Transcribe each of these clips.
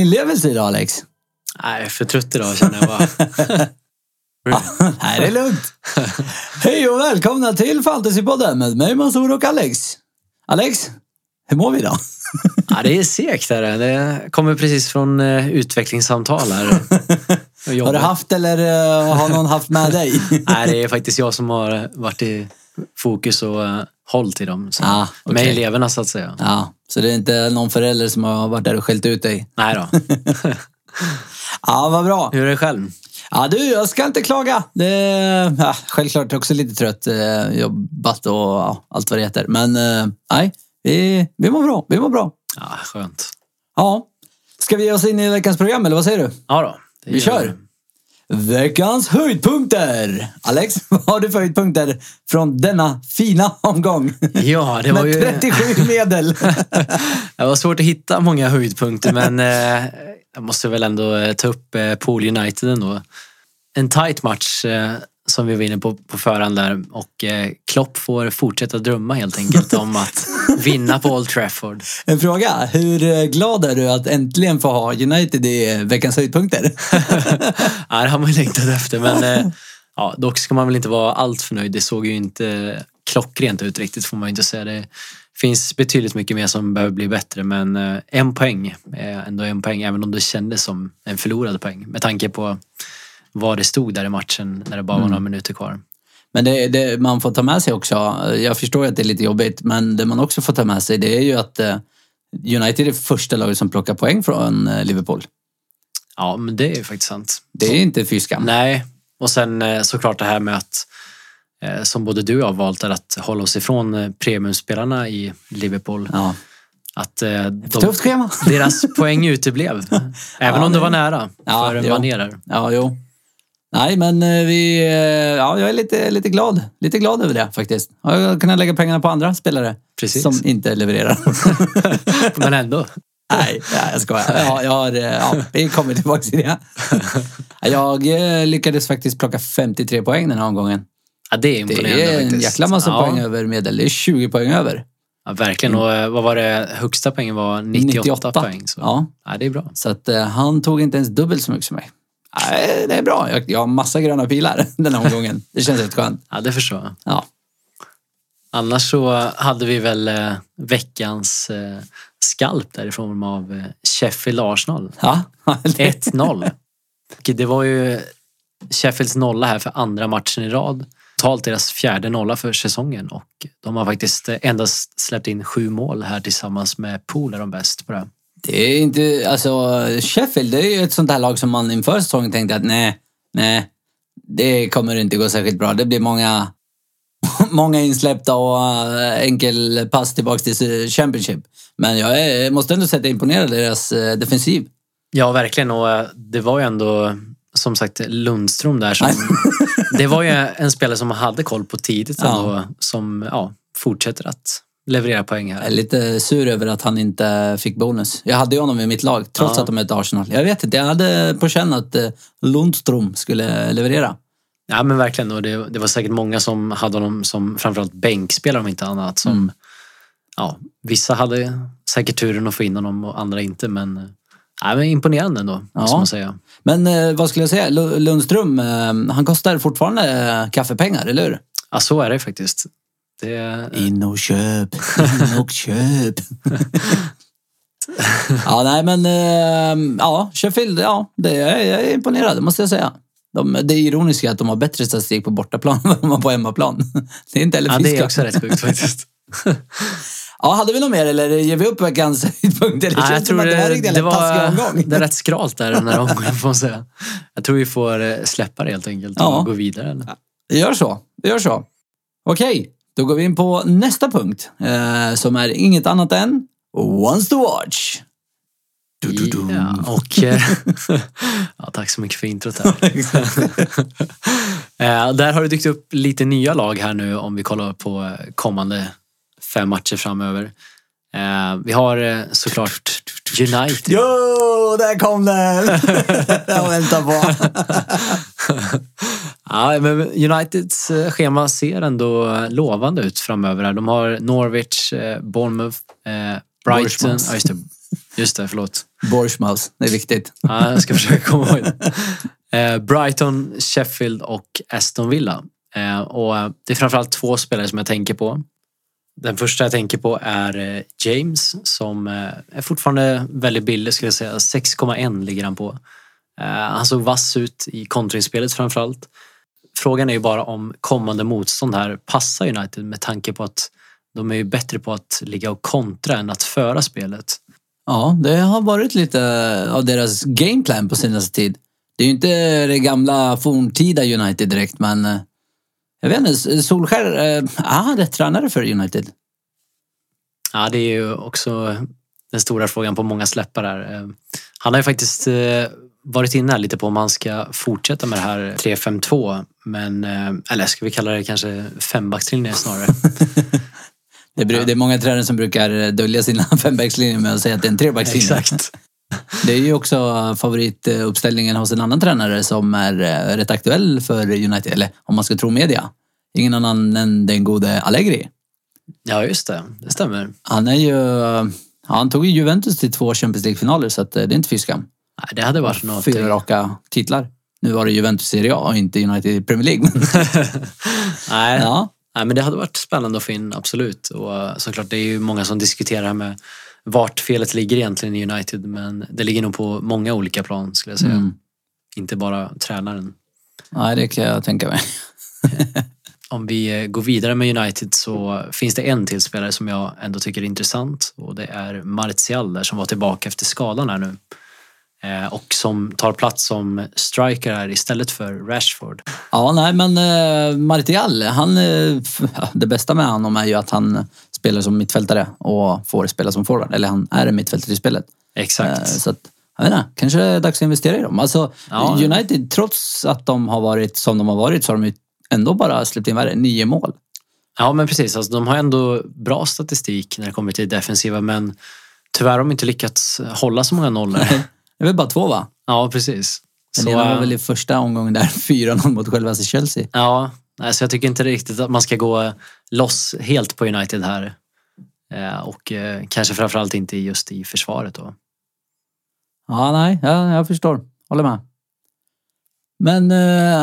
inlevelse idag, Alex? Nej, jag är för trött idag känner jag bara. Nej, det är lugnt. Hej och välkomna till Fantasypodden med mig, Mansour och Alex. Alex, hur mår vi idag? Ja, det är segt där. Det kommer precis från utvecklingssamtal här. Har du haft eller har någon haft med dig? Nej, det är faktiskt jag som har varit i fokus och hållit i dem. Så okay. Med eleverna så att säga. Ja, så det är inte någon förälder som har varit där och skällt ut dig? Nej då. Ja, vad bra. Hur är det själv? Ja du, jag ska inte klaga. Självklart också lite trött. Jobbat och allt vad det heter. Men nej, vi mår bra. Vi mår bra. Ja, skönt. Ja. Ska vi ge oss in i veckans program eller vad säger du? Ja då. Vi kör. Veckans höjdpunkter. Alex, vad har du för höjdpunkter från denna fina omgång? Ja, det var ju... 37 medel. Det var svårt att hitta många höjdpunkter, men jag måste väl ändå ta upp Pool United ändå. En tight match som vi var inne på förhand där, och Klopp får fortsätta drömma helt enkelt om att vinna på Old Trafford. En fråga, hur glad är du att äntligen få ha United i veckans höjdpunkter? Ja, det har man längtat efter, men dock ska man väl inte vara allt för nöjd. Det såg ju inte klockrent ut riktigt, får man inte säga. Det finns betydligt mycket mer som behöver bli bättre, men en poäng är ändå en poäng, även om det kändes som en förlorad poäng med tanke på vad det stod där i matchen när det bara var några minuter kvar. Men det man får ta med sig också, jag förstår att det är lite jobbigt, men det man också får ta med sig, det är ju att United är första laget som plockar poäng från Liverpool. Ja, men det är ju faktiskt sant. Det är inte fyskam. Nej, och sen såklart det här med att som både du har valt att hålla oss ifrån premiumspelarna i Liverpool. Ja. Att tufft schema. Deras poäng uteblev. Även om det var nära för en manér. Ja, jo. Nej, men jag är lite glad. Lite glad över det faktiskt. Jag kan lägga pengarna på andra spelare. Precis. Som inte levererar. Men ändå. Nej, jag skojar. Vi kommer tillbaka till det. Jag lyckades faktiskt plocka 53 poäng den här omgången. Ja, det är imponerande. Det är en jäkla massa poäng över medel. Det är 20 poäng över. Ja, verkligen. Och vad var det? Högsta poängen var 98 poäng. Så. Ja, det är bra. Så att han tog inte ens dubbelt så mycket som mig. Nej, det är bra. Jag har massa gröna pilar den här omgången. Det känns rätt skönt. Ja, det förstår jag. Ja. Annars så hade vi väl veckans skalp därifrån av Sheffield Arsenal. Ja. 1-0. Det var ju Sheffields nolla här för andra matchen i rad. Totalt deras 4:e nolla för säsongen, och de har faktiskt endast släppt in 7 mål här tillsammans med Pool, är de bäst på det. Det är inte, alltså Sheffield, det är ju ett sånt här lag som man inför säsongen tänkte att nej, det kommer inte gå särskilt bra. Det blir många insläppta och enkel pass tillbaka till Championship. Men jag måste ändå sätta imponerad deras defensiv. Ja, verkligen, och det var ju ändå som sagt Lundström där som det var ju en spelare som man hade koll på tidigt ändå, som fortsätter att leverera poäng här. Jag är lite sur över att han inte fick bonus. Jag hade ju honom i mitt lag, trots att de är ett Arsenal. Jag vet inte, jag hade på känn att Lundström skulle leverera. Ja, men verkligen. Och det var säkert många som hade honom som framförallt bänkspelare om inte annat. Som, vissa hade säkert turen att få in honom och andra inte. Men imponerande ändå, måste man säga. Men vad skulle jag säga? Lundström, han kostar fortfarande kaffepengar, eller hur? Ja, så är det faktiskt. In och köp. Sheffield, jag är imponerad, måste jag säga. Det är ironiskt att de har bättre statistik på bortaplan än vad de har på hemmaplan. Det är inte heller fiskar. Ja, det är också rätt sjukt faktiskt. Ja, hade vi något mer eller ger vi upp veckans höjdpunkt? Jag tror det var rätt skralt där den här omgången, får man säga. Jag tror vi får släppa det helt enkelt och gå vidare. Eller? Det gör så. Okej, då går vi in på nästa punkt som är inget annat än Wants to Watch. Ja, och tack så mycket för introt här. Där har det dykt upp lite nya lag här nu om vi kollar på kommande 5 matcher framöver. Vi har såklart United. Jo, där kom den! Jag väntar på. Ja, men Uniteds schema ser ändå lovande ut framöver. De har Norwich, Bournemouth, Brighton, Just det, förlåt. Bournemouth, det är viktigt. Ja, jag ska försöka komma ihåg det. Brighton, Sheffield och Aston Villa. Och det är framförallt 2 spelare som jag tänker på. Den första jag tänker på är James som är fortfarande väldigt billig, skulle jag säga. 6,1 ligger han på. Han såg vass ut i kontringsspelet framförallt. Frågan är ju bara om kommande motstånd här passar United med tanke på att de är ju bättre på att ligga och kontra än att föra spelet. Ja, det har varit lite av deras gameplan på senaste tid. Det är ju inte det gamla forntida United direkt, men jag vet inte, Solskär är rätt tränare för United. Ja, det är ju också den stora frågan på många släppar där. Han har ju faktiskt varit inne här lite på om man ska fortsätta med det här 3-5-2, men eller ska vi kalla det kanske 5-backslinje snarare. Det är många tränare som brukar dölja sina 5-backslinjer med att säga att det är en 3-backslinje. Exakt. Det är ju också favorituppställningen hos en annan tränare som är rätt aktuell för United, eller om man ska tro media. Ingen annan än den gode Allegri. Ja, just det. Det stämmer. Han tog ju Juventus till 2 Champions League-finaler, så att det är inte fiskam. Nej, det hade varit något. 4 raka titlar. Nu var det Juventus Serie A och inte United i Premier League. Nej. Ja. Nej, men det hade varit spännande att få in, absolut. Och såklart, det är ju många som diskuterar här med vart felet ligger egentligen i United, men det ligger nog på många olika plan, skulle jag säga. Inte bara tränaren. Nej, det kan jag tänka mig. Om vi går vidare med United så finns det en till spelare som jag ändå tycker är intressant, och det är Martial där, som var tillbaka efter skadan här nu. Och som tar plats som striker här istället för Rashford. Ja, nej, men Martial, det bästa med honom är ju att han spelar som mittfältare och får spela som forward. Eller han är en mittfältare i spelet. Exakt. Så att, jag vet inte, kanske är det dags att investera i dem. Alltså, ja. United, trots att de har varit som de har varit, så har de ju ändå bara släppt in 9 mål. Ja, men precis. Alltså, de har ändå bra statistik när det kommer till defensiva, men tyvärr har de inte lyckats hålla så många nollor. Det är väl bara 2, va? Ja, precis. Det var väl i första omgången där 4-0 mot själva Chelsea. Ja, så jag tycker inte riktigt att man ska gå loss helt på United här. Och kanske framförallt inte just i försvaret då. Ja, nej, jag förstår. Håller med. Men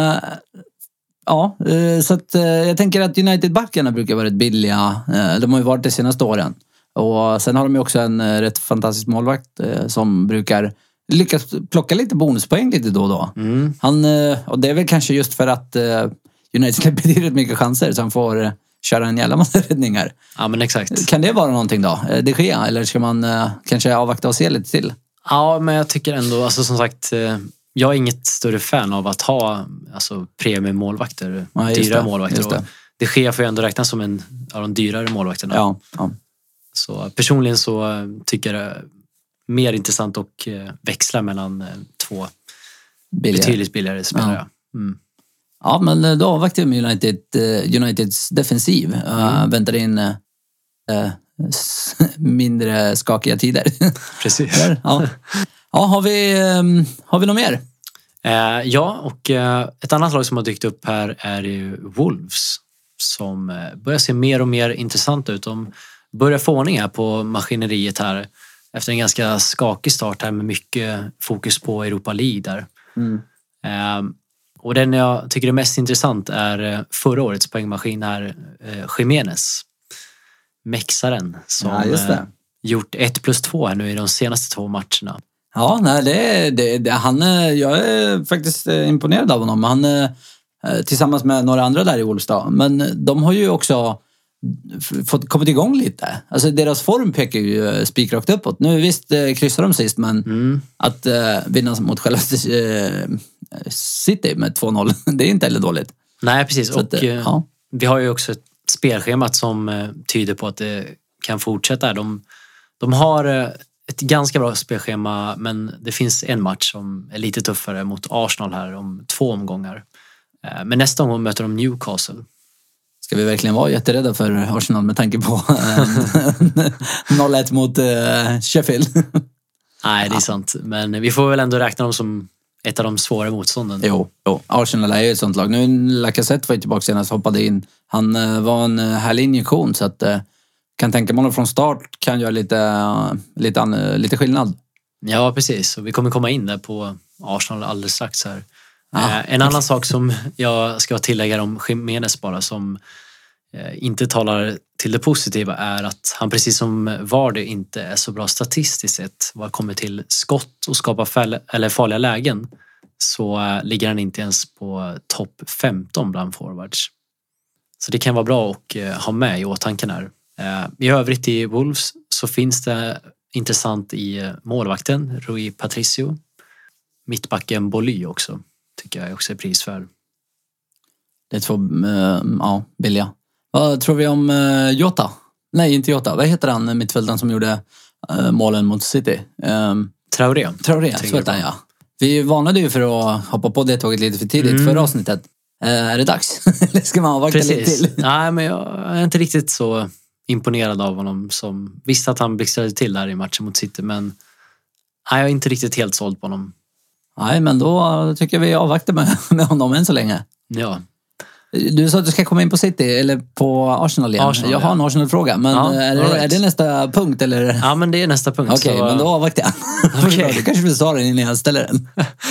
så att jag tänker att United-backarna brukar vara rätt billiga. De har ju varit det senaste åren. Och sen har de ju också en rätt fantastisk målvakt som brukar lyckas plocka lite bonuspoäng lite då och då. Och det är väl kanske just för att United släpper till rätt mycket chanser, så han får köra en jävla massa räddningar. Ja, men exakt. Kan det vara någonting då? Det sker, eller ska man kanske avvakta och se lite till? Ja, men jag tycker ändå, alltså som sagt, jag är inget större fan av att ha premiemålvakter, dyra målvakter. Det sker för ändå räknas som en av de dyrare målvakterna. Ja. Så personligen så tycker jag det är mer intressant att växla mellan 2 betydligt billigare spelare. Ja, men då avvaktar vi med Uniteds defensiv. Väntar in mindre skakiga tider. Precis. Ja, har vi något mer? Ja, och ett annat lag som har dykt upp här är ju Wolves, som börjar se mer och mer intressant ut. De börjar få ordning här på maskineriet här efter en ganska skakig start här med mycket fokus på Europa League där. Och den jag tycker är mest intressant är förra årets poängmaskin här, Jiménez, mexaren, som gjort 1+2 här nu i de senaste 2 matcherna. Ja, nej, jag är faktiskt imponerad av honom. Han tillsammans med några andra där i Wolves då. Men de har ju också kommit igång lite. Alltså deras form pekar ju spikrakt uppåt. Nu visst kryssar de sist, men att vinna mot själva City med 2-0, det är inte heller dåligt. Nej, precis. Så och vi har ju också ett spelschema som tyder på att det kan fortsätta. De har ett ganska bra spelschema, men det finns en match som är lite tuffare mot Arsenal här om 2 omgångar. Men nästa gång möter de Newcastle. Ska vi verkligen vara jätterädda för Arsenal med tanke på 0-1 mot Sheffield? Nej, det är sant. Men vi får väl ändå räkna dem som ett av de svåra motstånden. Jo. Arsenal är ju ett sånt lag. Nu Lacazette var ju tillbaka senast, hoppade in. Han var en härlig injektion, så att kan tänka mig från start kan göra lite skillnad. Ja, precis. Och vi kommer komma in där på Arsenal alldeles strax här. En annan sak som jag ska tillägga om Jimenez bara, som inte talar till det positiva, är att han precis som Vardy inte är så bra statistiskt sett vad kommer till skott och skapa farliga lägen, så ligger han inte ens på topp 15 bland forwards. Så det kan vara bra att ha med i åtanke här. I övrigt i Wolves så finns det intressant i målvakten Rui Patricio. Mittbacken Boly också tycker jag också är prisvärd. Det är 2 billiga. Vad tror vi om Jota? Nej, inte Jota. Vad heter han, mittfältaren som gjorde målen mot City? Traoré, så heter han, ja. Vi varnade ju för att hoppa på det tåget lite för tidigt förra avsnittet. Är det dags? Eller ska man avvakta lite till? Nej, men jag är inte riktigt så imponerad av honom, som visste att han blixtrade till där i matchen mot City, men jag är inte riktigt helt såld på honom. Nej, men då tycker vi avvaktar med honom än så länge. Ja. Du sa att du ska komma in på City eller på Arsenal igen. Jag har en Arsenal-fråga, men är det nästa punkt eller? Ja, men det är nästa punkt. Okej, men då avvaktar jag. Okay. Du kanske vill svara den innan jag ställer den.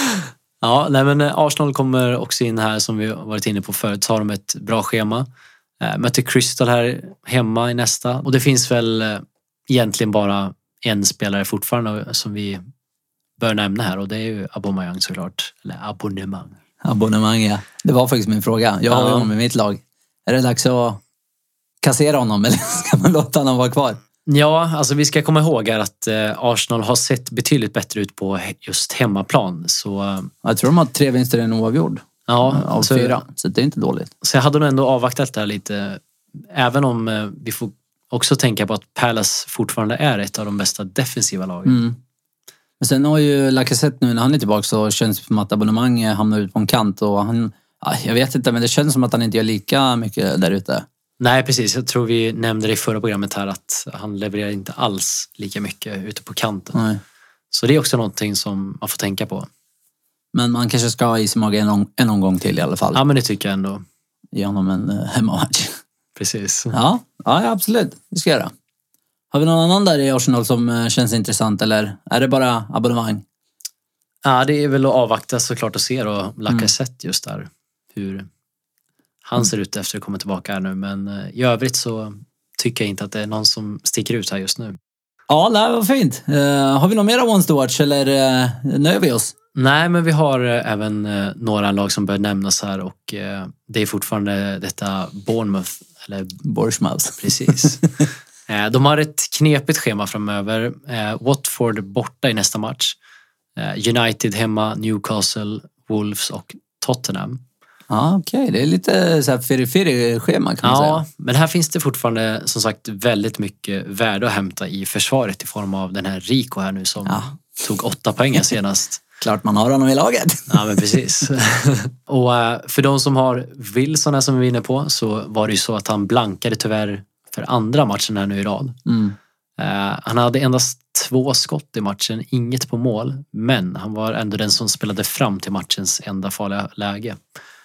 Ja, nej, men Arsenal kommer också in här, som vi varit inne på förut, så har de ett bra schema. Möter Crystal här hemma i nästa. Och det finns väl egentligen bara en spelare fortfarande som vi bör nämna här, och det är ju Aubameyang såklart. Eller abonnemang, ja. Det var faktiskt min fråga. Jag har honom i mitt lag. Är det dags att kassera honom eller ska man låta honom vara kvar? Ja, alltså vi ska komma ihåg att Arsenal har sett betydligt bättre ut på just hemmaplan. Så jag tror de har 3 vinster än oavgjord. Ja, av 4. Så det är inte dåligt. Så jag hade nog ändå avvaktat det här lite. Även om vi får också tänka på att Palace fortfarande är ett av de bästa defensiva lagen. Men sen har ju Lacazette nu när han är tillbaka, så känns det som att Abonnemang hamnar ut på en kant. Och han, jag vet inte, men det känns som att han inte gör lika mycket där ute. Nej, precis. Jag tror vi nämnde det i förra programmet här att han levererar inte alls lika mycket ute på kanten. Nej. Så det är också någonting som man får tänka på. Men man kanske ska ha is i magen en omgång till i alla fall. Ja, men det tycker jag ändå. Ge honom en hemmamatch. Precis. Ja, absolut. Det ska jag göra. Har vi någon annan där i Arsenal som känns intressant, eller är det bara Abonnemang? Ja, det är väl att avvakta såklart och se då Lacazette just där. Hur han ser ut efter att komma tillbaka här nu. Men i övrigt så tycker jag inte att det är någon som sticker ut här just nu. Ja, det var fint. Har vi någon mer Ones to watch eller nöjer vi oss? Nej, men vi har även några lag som bör nämnas här, och det är fortfarande detta Bournemouth. Precis. De har ett knepigt schema framöver. Watford borta i nästa match. United hemma, Newcastle, Wolves och Tottenham. Ja, okej. Det är lite så här firi schema kan man säga. Ja, men här finns det fortfarande som sagt väldigt mycket värde att hämta i försvaret i form av den här Rico här nu som tog 8 poäng senast. Klart man har honom i laget. Ja, men precis. Och för de som har Wilson här som vi var inne på, så var det ju så att han blankade tyvärr för andra matchen här nu i rad. Han hade endast 2 skott i matchen, inget på mål, men han var ändå den som spelade fram till matchens enda farliga läge.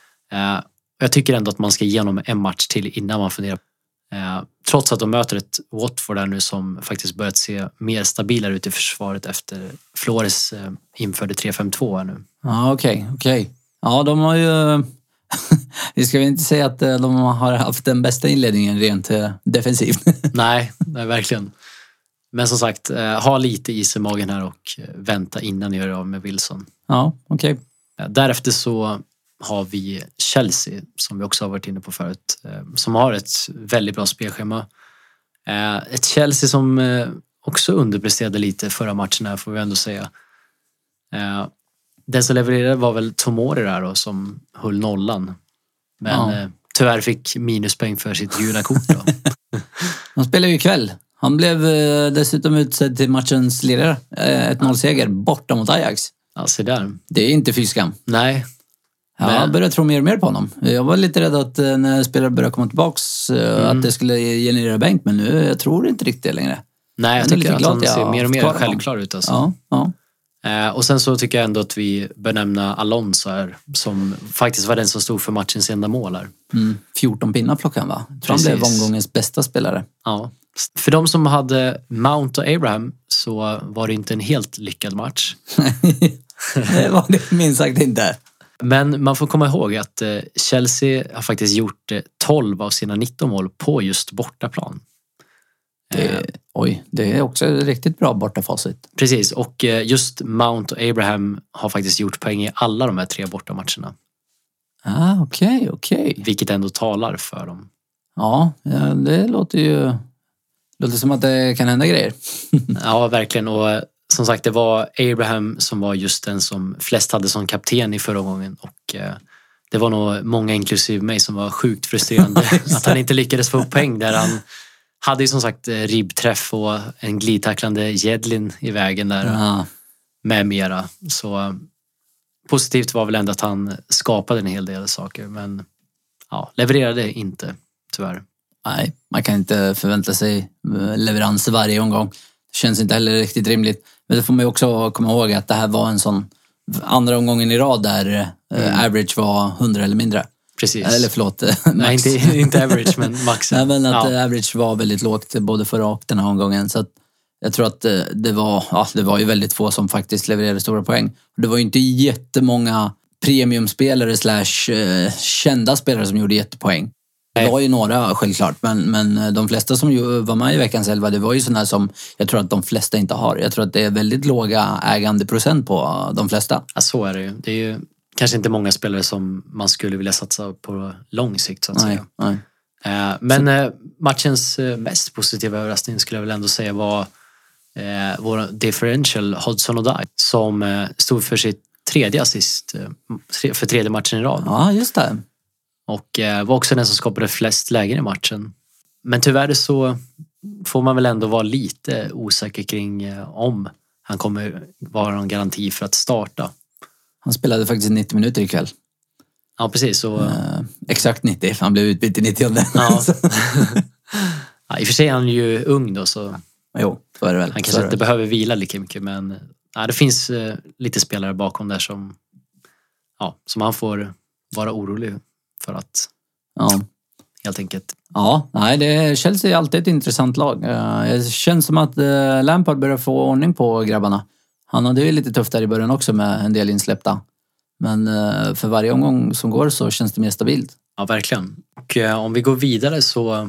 Jag tycker ändå att man ska ge honom en match till innan man funderar. Trots att de möter ett Watford där nu som faktiskt börjat se mer stabilare ut i försvaret efter Flores införde 3-5-2 här nu. Ja, okej. Ja, de har ju... Vi ska väl inte säga att de har haft den bästa inledningen rent defensivt. Nej, verkligen. Men som sagt, ha lite is i magen här och vänta innan ni gör av med Wilson. Ja, okej. Därefter så har vi Chelsea, som vi också har varit inne på förut, som har ett väldigt bra spelschema. Ett Chelsea som också underpresterade lite förra matchen här, får vi ändå säga. Den som levererade var väl Tomori där då, som höll nollan. Men tyvärr fick minuspoäng för sitt gula kort då. Han spelar ju ikväll. Han blev dessutom utsedd till matchens ledare. 1-0-seger borta mot Ajax. Ja, se där. Det är inte fyskam. Nej. Jag började tro mer och mer på honom. Jag var lite rädd att när spelare började komma tillbaks att det skulle generera bänk, men nu jag tror inte riktigt det längre. Nej, jag tycker att han ser mer och mer självklar ut. Alltså. Ja. Och sen så tycker jag ändå att vi bör nämna Alonso här, som faktiskt var den som stod för matchens enda mål här. 14 pinnar plockade han, va? Jag tror han blev omgångens bästa spelare. Ja, För de som hade Mount och Abraham så var det inte en helt lyckad match. Det var det minst sagt inte. Men man får komma ihåg att Chelsea har faktiskt gjort 12 av sina 19 mål på just bortaplan. Det är också riktigt bra bortafacit. Precis, och just Mount och Abraham har faktiskt gjort poäng i alla de här 3 bortamatcherna. Okej. Vilket ändå talar för dem. Ja, det låter som att det kan hända grejer. Ja, verkligen. Och som sagt, det var Abraham som var just den som flest hade som kapten i förra gången. Och det var nog många, inklusive mig, som var sjukt frustrerande att han inte lyckades få upp poäng där. Han hade ju som sagt ribbträff och en glidtacklande Jedlin i vägen där med mera. Så positivt var väl ändå att han skapade en hel del saker, men levererade inte, tyvärr. Nej, man kan inte förvänta sig leverans varje omgång. Det känns inte heller riktigt rimligt. Men det får man ju också komma ihåg att det här var en sån andra omgången i rad där average var 100 eller mindre. Precis. Eller förlåt, max. Nej, inte average, men max. Nej, men att average var väldigt lågt både förra och den här omgången. Så att jag tror att det var ju väldigt få som faktiskt levererade stora poäng. Det var ju inte jättemånga premiumspelare / kända spelare som gjorde jättepoäng. Det var ju några självklart, men de flesta som ju var med i veckans 11, det var ju sådana som jag tror att de flesta inte har. Jag tror att det är väldigt låga ägandeprocent på de flesta. Ja, så är det ju. Det är ju kanske inte många spelare som man skulle vilja satsa på lång sikt, så att säga. Nej. Men matchens mest positiva överraskning skulle jag väl ändå säga var vår differential Hudson-Odoi som stod för sitt 3:e assist för 3:e matchen i rad. Ja, just det. Och var också den som skapade flest lägen i matchen. Men tyvärr så får man väl ändå vara lite osäker kring om han kommer vara någon garanti för att starta. Han spelade faktiskt 90 minuter ikväll. Ja, precis. Så... exakt 90, för han blev utbytt i 90. Ja. Ja, i och för sig är han ju ung då, så... Jo, så är det väl. Han kanske inte behöver vila lika mycket, men det finns lite spelare bakom där som han får vara orolig för att helt enkelt. Ja, nej, Chelsea är alltid ett intressant lag. Det känns som att Lampard börjar få ordning på grabbarna. Han hade ju lite tufft där i början också med en del insläppta. Men för varje omgång som går så känns det mer stabilt. Ja, verkligen. Och om vi går vidare så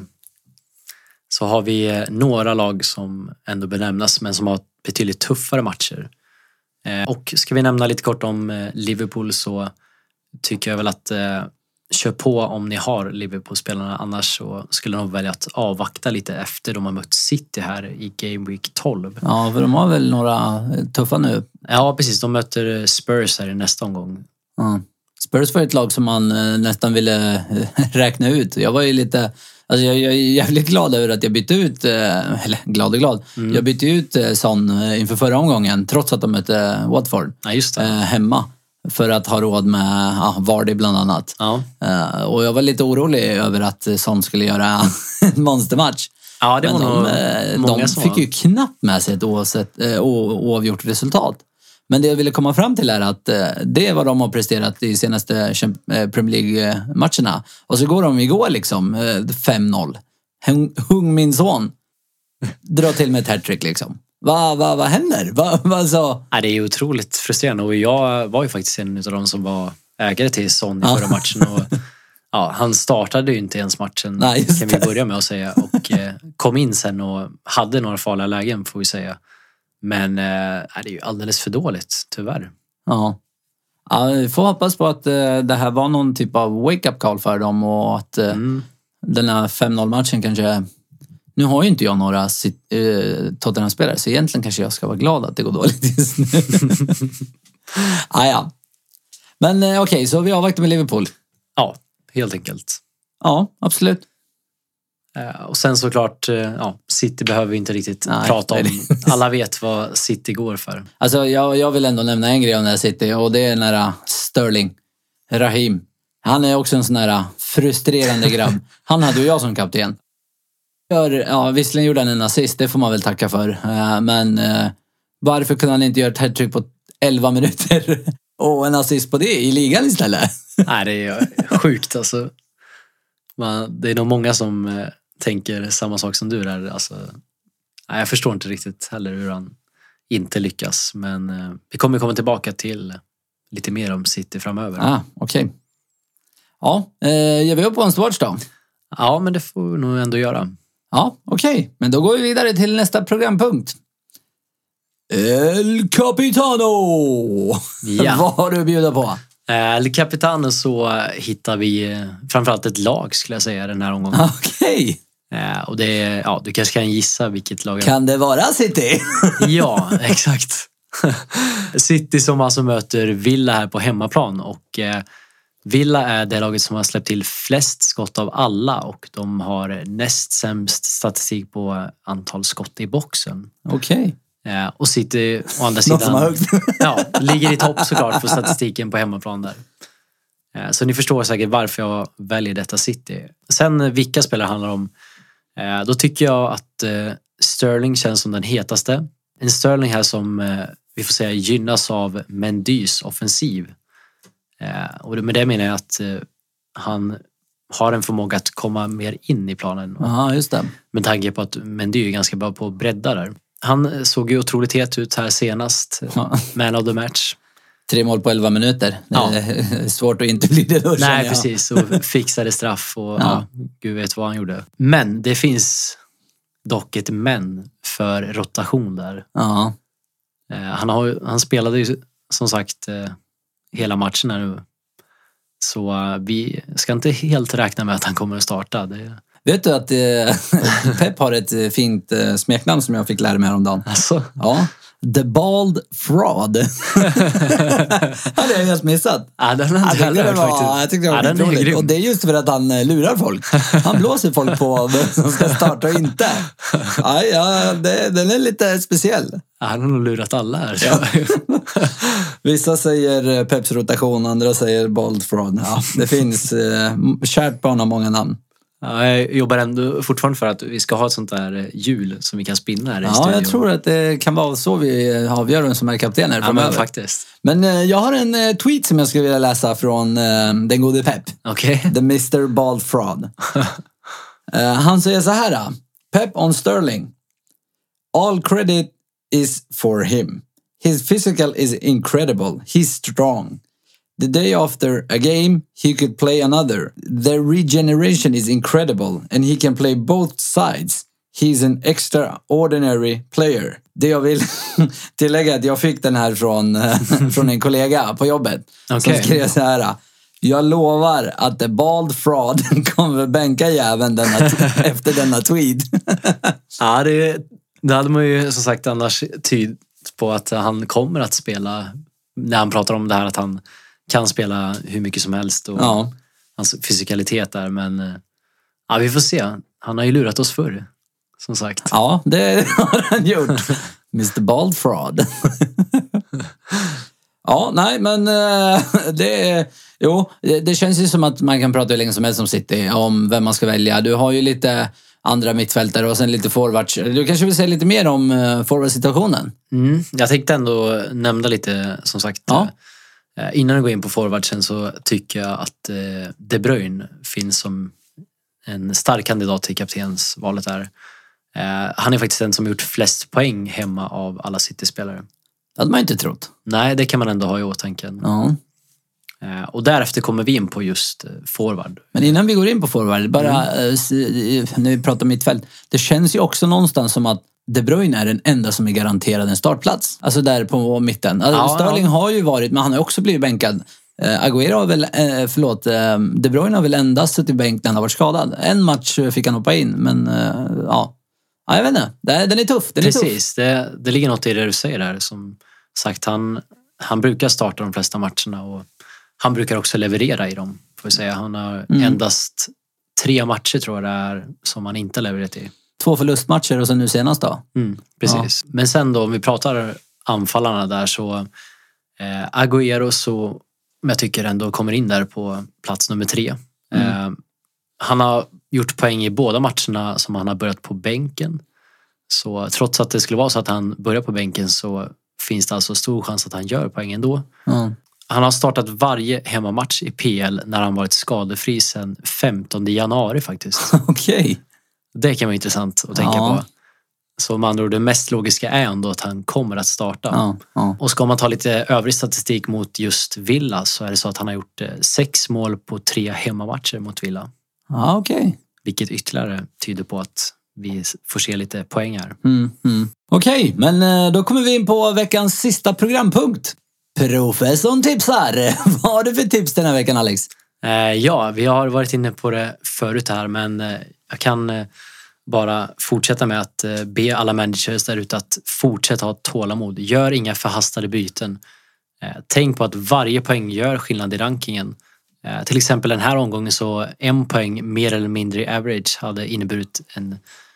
har vi några lag som ändå benämnas, men som har betydligt tuffare matcher. Och ska vi nämna lite kort om Liverpool, så tycker jag väl att kör på om ni har Liverpool-spelarna. Annars så skulle de välja att avvakta lite efter de har mött City här i Game Week 12. Ja, för de har väl några tuffa nu. Ja, precis. De möter Spurs här i nästa omgång. Spurs var ett lag som man nästan ville räkna ut. Jag var ju lite... Alltså jag är jävligt glad över att jag bytte ut... Eller glad. Jag bytte ut Son inför förra omgången, trots att de mötte Watford. Ja, just det. Hemma. För att ha råd med Vardy bland annat. Ja. Och jag var lite orolig över att Son skulle göra en monstermatch. Ja, det var de fick ju knappt med sig ett oavgjort resultat. Men det jag ville komma fram till är att det är vad de har presterat i senaste Premier League-matcherna. Och så går de igår liksom 5-0. Hung min son. Dra till med ett hattrick liksom. Vad händer? Ja, det är ju otroligt frustrerande, och jag var ju faktiskt en av de som var ägare till Son i förra matchen. Och, han startade ju inte ens matchen. Nej, kan vi börja med att säga. Och kom in sen och hade några farliga lägen, får vi säga. Men det är ju alldeles för dåligt, tyvärr. Ja, vi får hoppas på att det här var någon typ av wake-up call för dem, och att den här 5-0-matchen kanske... Nu har ju inte jag några Tottenham-spelare, så egentligen kanske jag ska vara glad att det går dåligt just nu. Ja. Men okej, så vi avvaktar med Liverpool. Ja, helt enkelt. Ja, absolut. Och sen såklart, City behöver vi inte riktigt prata om. Alla vet vad City går för. Alltså jag vill ändå nämna en grej om det här City, och det är den här Sterling, Raheem. Han är också en sån här frustrerande grabb. Han hade ju jag som kapten. Visserligen gjorde han en assist, det får man väl tacka för. Men varför kunde han inte göra ett hattrick på 11 minuter och en assist på det i ligan istället? Nej, det är sjukt alltså. Det är nog många som tänker samma sak som du där. Alltså, nej, jag förstår inte riktigt heller hur han inte lyckas. Men vi kommer komma tillbaka till lite mer om City framöver. Okej. Ja, ger vi upp på en Watch då? Ja, men det får vi nog ändå göra. Ja, okej. Men då går vi vidare till nästa programpunkt. El Capitano! Ja. Vad har du att bjuda på? El Capitano så hittar vi framförallt ett lag skulle jag säga den här omgången. Okej. Och det är, du kanske kan gissa vilket lag. Kan det vara City? Ja, exakt. City som alltså möter Villa här på hemmaplan och Villa är det laget som har släppt till flest skott av alla och de har näst sämst statistik på antal skott i boxen. Okej. Och City å andra sidan ligger i topp såklart på statistiken på hemmaplan där. Så ni förstår säkert varför jag väljer detta City. Sen vilka spelare handlar om. Då tycker jag att Sterling känns som den hetaste. En Sterling här som vi får säga gynnas av Mendys offensiv. Och med det menar jag att han har en förmåga att komma mer in i planen. Ja, just det. Med tanke på att Mendy är ganska bra på att bredda där. Han såg ju otroligt het ut här senast. Man of the match. 3 mål på 11 minuter. Ja. Det är svårt att inte bli det då. Nej, precis. Och fixade straff och gud vet vad han gjorde. Men det finns dock ett men för rotation där. Ja. Han spelade ju som sagt hela matchen här nu. Så vi ska inte helt räkna med att han kommer att starta. Vet du att Pep har ett fint smeknamn som jag fick lära mig häromdagen? Alltså? Ja. The Bald Fraud. Hade jag helt missat. Ja, den har jag heller faktiskt. Jag tyckte det var roligt. Och det är just för att han lurar folk. Han blåser folk på vem som ska starta och inte. Den är lite speciell. Ja, han har nog lurat alla här. Ja. Vissa säger Peps rotation, andra säger Bald Fraud. Ja, det finns kärt barn har många namn. Ja, jag jobbar ändå fortfarande för att vi ska ha ett sånt där hjul som vi kan spinna här i studion. Ja, jag tror att det kan vara så vi avgör vem som är kapten här framöver. Men faktiskt. Men jag har en tweet som jag skulle vilja läsa från den gode Pep. Okej. The Mr. Bald Fraud. Han säger så här. Pep on Sterling. All credit is for him. His physical is incredible. He's strong. The day after a game, he could play another. The regeneration is incredible and he can play both sides. He's an extraordinary player. Det jag vill tillägga är att jag fick den här från en kollega på jobbet. Okay. Som skrev så här. Jag lovar att The Bald Fraud kommer bänka jäveln efter denna tweet. Ja, det hade man ju som sagt annars tyd på att han kommer att spela när han pratar om det här att han kan spela hur mycket som helst och hans fysikalitet där, men vi får se. Han har ju lurat oss förr, som sagt. Ja, det har han gjort. Mr. Bald Fraud. Ja, nej, men det känns ju som att man kan prata hur länge som helst om City, om vem man ska välja. Du har ju lite andra mittfältare och sen lite forwards. Du kanske vill säga lite mer om forwardsituationen? Jag tänkte ändå nämna lite, som sagt. Ja. Innan jag går in på forwardsen så tycker jag att De Bruyne finns som en stark kandidat till kaptensvalet där. Han är faktiskt den som gjort flest poäng hemma av alla City-spelare. Det hade man inte trott. Nej, det kan man ändå ha i åtanke. Ja. Och därefter kommer vi in på just forward. Men innan vi går in på forward, bara när vi pratar mittfält, det känns ju också någonstans som att De Bruyne är den enda som är garanterad en startplats. Alltså där på mitten. Alltså, Sterling har ju varit, men han har också blivit bänkad. Agüero har väl, De Bruyne har väl endast suttit i bänk när han har varit skadad. En match fick han hoppa in, men jag vet inte. Den är tuff. Precis, det ligger något i det du säger där. Som sagt, han brukar starta de flesta matcherna och han brukar också leverera i dem. Får jag säga. Han har endast 3 matcher tror jag det är som han inte levererat i. 2 förlustmatcher och sen nu senast då. Precis. Ja. Men sen då om vi pratar anfallarna där så Agüero så jag tycker ändå kommer in där på plats nummer 3. Han har gjort poäng i båda matcherna som han har börjat på bänken. Så trots att det skulle vara så att han börjar på bänken så finns det alltså stor chans att han gör poäng ändå. Han har startat varje hemmamatch i PL när han varit skadefri sedan 15 januari faktiskt. Okej. Det kan vara intressant att tänka på. Så med andra ord, det mest logiska är ändå att han kommer att starta. Och ska man ta lite övrig statistik mot just Villa så är det så att han har gjort 6 mål på 3 hemmamatcher mot Villa. Ja, okej. Vilket ytterligare tyder på att vi får se lite poäng här. Okej, men då kommer vi in på veckans sista programpunkt. Professorn tipsar. Vad har du för tips den här veckan, Alex? Ja, vi har varit inne på det förut här, men jag kan bara fortsätta med att be alla managers där ute att fortsätta ha tålamod. Gör inga förhastade byten. Tänk på att varje poäng gör skillnad i rankingen. Till exempel den här omgången så 1 poäng mer eller mindre i average hade inneburit en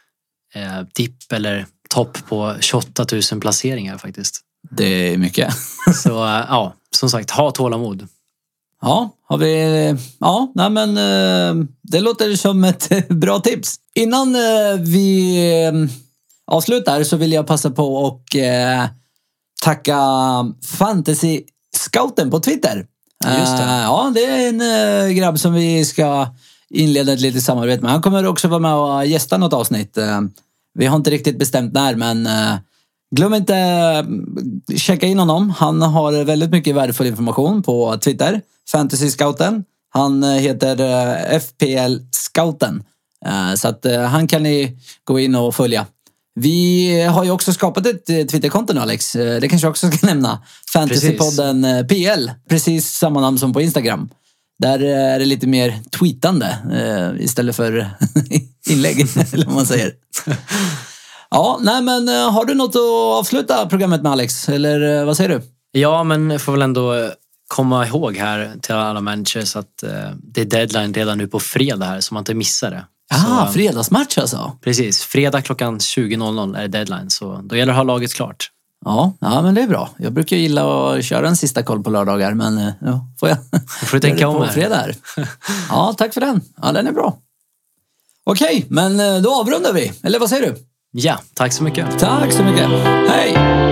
dipp eller topp på 28 000 placeringar faktiskt. Det är mycket. Så ja, som sagt, ha tålamod. Ja, har vi... Ja, nej men det låter som ett bra tips. Innan vi avslutar så vill jag passa på och tacka Fantasy Scouten på Twitter. Just det. Ja, det är en grabb som vi ska inleda ett litet samarbete med. Han kommer också vara med och gästa något avsnitt. Vi har inte riktigt bestämt när, men glöm inte checka in honom. Han har väldigt mycket värdefull information på Twitter. Fantasy Scouten. Han heter FPL Scouten. Så att han kan ni gå in och följa. Vi har ju också skapat ett Twitterkonto nu, Alex. Det kanske jag också ska nämna. Fantasypodden PL. Precis samma namn som på Instagram. Där är det lite mer tweetande istället för inlägg, eller vad man säger. Ja, nej men har du något att avsluta programmet med, Alex? Eller vad säger du? Ja, men jag får väl ändå komma ihåg här till alla managers att det är deadline redan nu på fredag här, så man inte missar det. Ja, fredagsmatch alltså. Precis, fredag klockan 20.00 är det deadline, så då gäller det att ha laget klart. Ja, men det är bra. Jag brukar gilla att köra en sista koll på lördagar, men ja, får du tänka om på fredag här. Ja, tack för den. Ja, den är bra. Okej, men då avrundar vi. Eller vad säger du? Ja, tack så mycket. Tack så mycket. Hej!